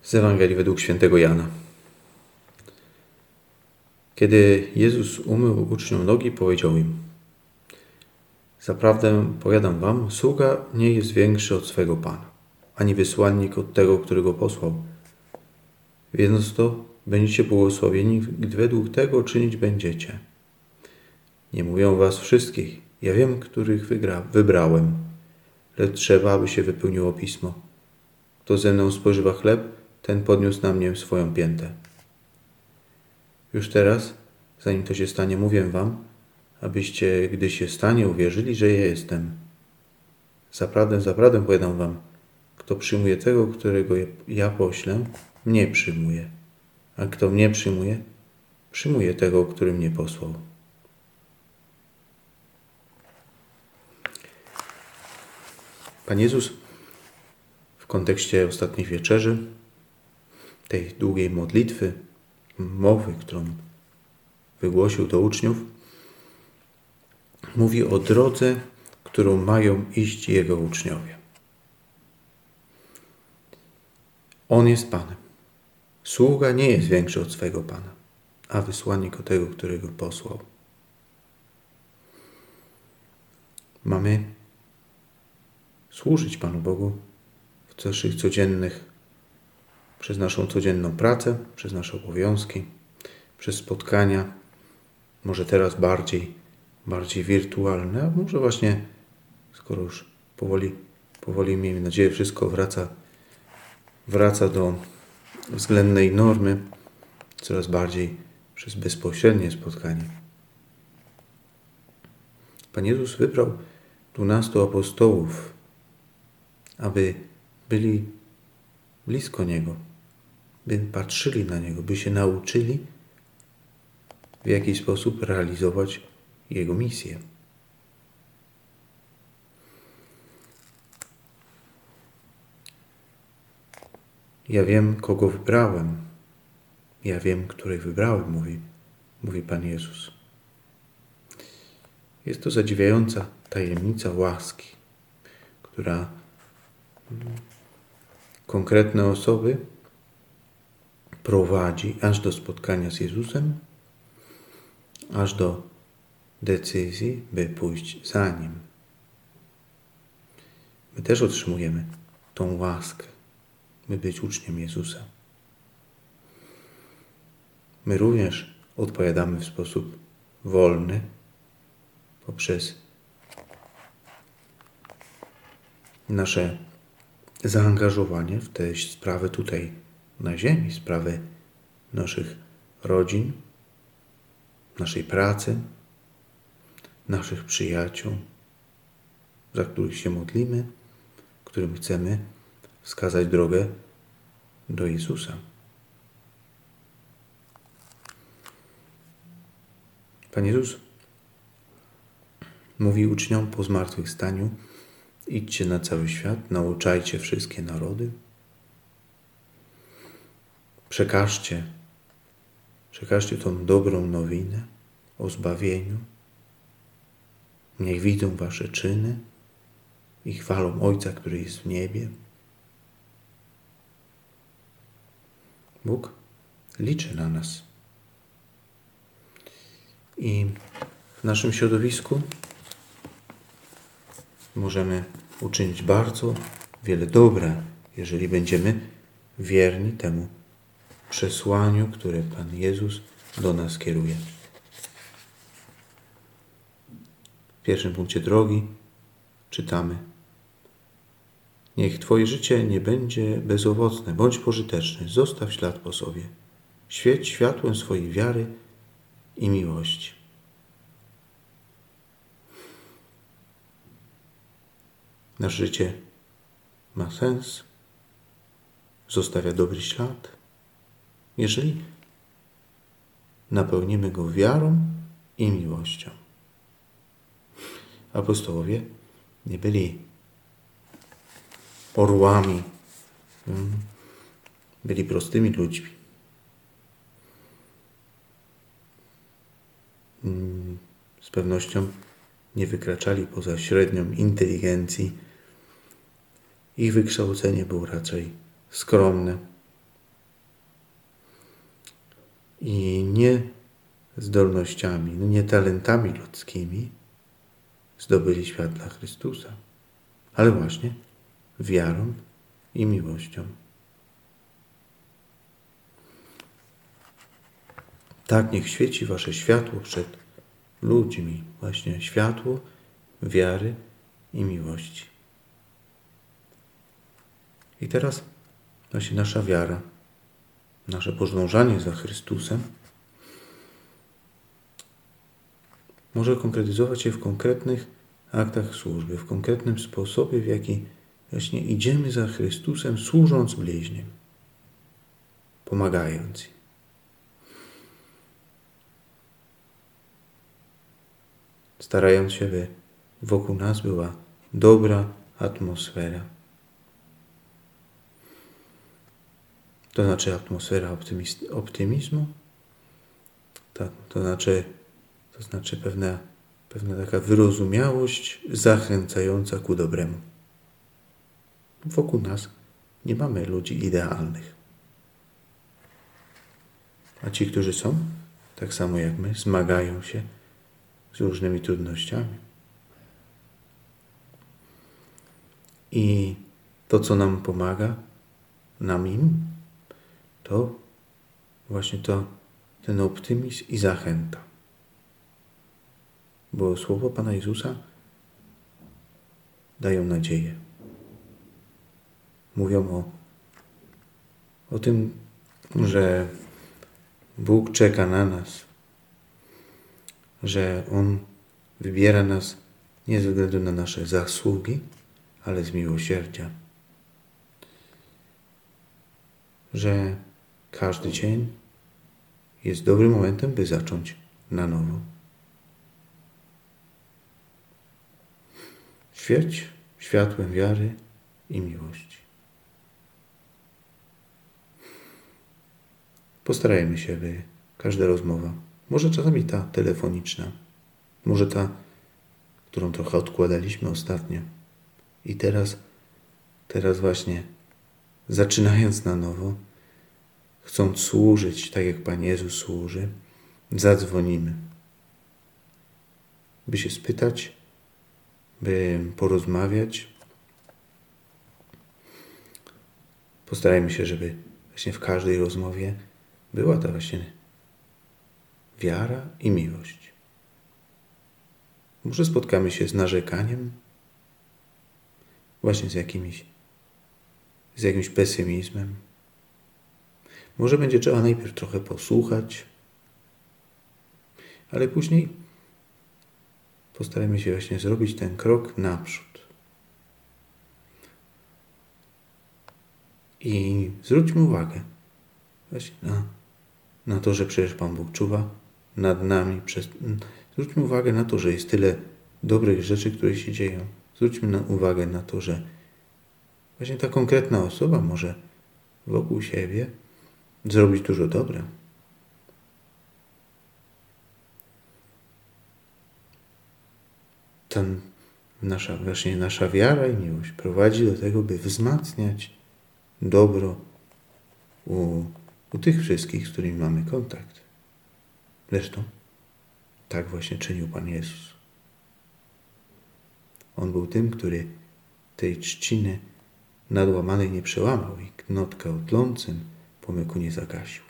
Z Ewangelii według świętego Jana. Kiedy Jezus umył uczniom nogi, powiedział im: Zaprawdę powiadam wam, sługa nie jest większy od swego Pana, ani wysłannik od tego, który go posłał. Wiedząc to, będziecie błogosławieni, gdy według tego czynić będziecie. Nie mówię o was wszystkich, ja wiem, których wybrałem, lecz trzeba, aby się wypełniło Pismo. Kto ze mną spożywa chleb, ten podniósł na mnie swoją piętę. Już teraz, zanim to się stanie, mówię wam, abyście, gdy się stanie, uwierzyli, że ja jestem. Zaprawdę, zaprawdę powiadam wam, kto przyjmuje tego, którego ja poślę, mnie przyjmuje. A kto mnie przyjmuje, przyjmuje tego, który mnie posłał. Pan Jezus w kontekście ostatniej wieczerzy, tej długiej modlitwy, mowy, którą wygłosił do uczniów, mówi o drodze, którą mają iść Jego uczniowie. On jest Panem. Sługa nie jest większy od swego Pana, a wysłannik od tego, którego posłał. Mamy służyć Panu Bogu w naszych codziennych, przez naszą codzienną pracę, przez nasze obowiązki, przez spotkania, może teraz bardziej wirtualne, a może właśnie, skoro już powoli, miejmy nadzieję, wszystko wraca do względnej normy, coraz bardziej przez bezpośrednie spotkanie. Pan Jezus wybrał 12 apostołów, aby byli blisko Niego, by patrzyli na Niego, by się nauczyli, w jaki sposób realizować Jego misję. Ja wiem, kogo wybrałem. Ja wiem, których wybrałem, mówi Pan Jezus. Jest to zadziwiająca tajemnica łaski, która konkretne osoby prowadzi aż do spotkania z Jezusem, aż do decyzji, by pójść za Nim. My też otrzymujemy tą łaskę, by być uczniem Jezusa. My również odpowiadamy w sposób wolny poprzez nasze zaangażowanie w te sprawy tutaj na ziemi, sprawy naszych rodzin, naszej pracy, naszych przyjaciół, za których się modlimy, którym chcemy wskazać drogę do Jezusa. Pan Jezus mówi uczniom po zmartwychwstaniu: idźcie na cały świat, nauczajcie wszystkie narody, przekażcie tą dobrą nowinę o zbawieniu. Niech widzą wasze czyny i chwalą Ojca, który jest w niebie. Bóg liczy na nas. I w naszym środowisku możemy uczynić bardzo wiele dobra, jeżeli będziemy wierni temu przesłaniu, które Pan Jezus do nas kieruje. W pierwszym punkcie drogi czytamy: niech Twoje życie nie będzie bezowocne, bądź pożyteczny, zostaw ślad po sobie. Świeć światłem swojej wiary i miłości. Nasze życie ma sens, zostawia dobry ślad, jeżeli napełnimy go wiarą i miłością. Apostołowie nie byli orłami, byli prostymi ludźmi. Z pewnością nie wykraczali poza średnią inteligencji. Ich wykształcenie było raczej skromne, i nie zdolnościami, nie talentami ludzkimi zdobyli świat dla Chrystusa, ale właśnie wiarą i miłością. Tak niech świeci wasze światło przed ludźmi, właśnie światło wiary i miłości. I teraz właśnie nasza wiara, nasze podążanie za Chrystusem może konkretyzować się w konkretnych aktach służby, w konkretnym sposobie, w jaki właśnie idziemy za Chrystusem, służąc bliźnim, pomagając im. Starając się, by wokół nas była dobra atmosfera. To znaczy atmosfera optymizmu, to znaczy pewna taka wyrozumiałość zachęcająca ku dobremu. Wokół nas nie mamy ludzi idealnych. A ci, którzy są, tak samo jak my, zmagają się z różnymi trudnościami. I to, co nam pomaga, im, to właśnie ten optymizm i zachęta. Bo słowo Pana Jezusa dają nadzieję. Mówią o tym, że Bóg czeka na nas, że On wybiera nas nie ze względu na nasze zasługi, ale z miłosierdzia. Że każdy dzień jest dobrym momentem, by zacząć na nowo. Świeć światłem wiary i miłości. Postarajmy się, by każda rozmowa, może czasami ta telefoniczna, może ta, którą trochę odkładaliśmy ostatnio i teraz właśnie zaczynając na nowo, chcąc służyć tak jak Pan Jezus służy, zadzwonimy, by się spytać, by porozmawiać. Postarajmy się, żeby właśnie w każdej rozmowie była ta właśnie wiara i miłość. Może spotkamy się z narzekaniem, właśnie z jakimś pesymizmem. Może będzie trzeba najpierw trochę posłuchać, ale później postarajmy się właśnie zrobić ten krok naprzód. I zwróćmy uwagę właśnie na to, że przecież Pan Bóg czuwa nad nami. Zwróćmy uwagę na to, że jest tyle dobrych rzeczy, które się dzieją. Zwróćmy uwagę na to, że właśnie ta konkretna osoba może wokół siebie zrobić dużo dobra. Nasza wiara i miłość prowadzi do tego, by wzmacniać dobro u tych wszystkich, z którymi mamy kontakt. Zresztą tak właśnie czynił Pan Jezus. On był tym, który tej trzciny nadłamanej nie przełamał i knotka o tlącym pomyku nie zagasił.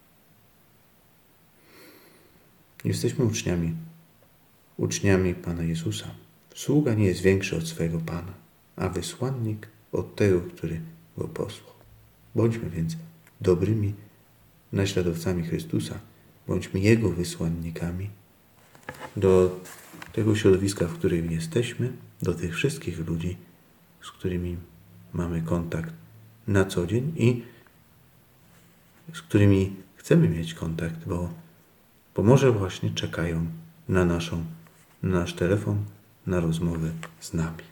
Jesteśmy uczniami Pana Jezusa. Sługa nie jest większy od swego Pana, a wysłannik od tego, który go posłał. Bądźmy więc dobrymi naśladowcami Chrystusa, bądźmy Jego wysłannikami do tego środowiska, w którym jesteśmy, do tych wszystkich ludzi, z którymi mamy kontakt na co dzień i z którymi chcemy mieć kontakt, bo może właśnie czekają na nasz telefon, na rozmowę z nami.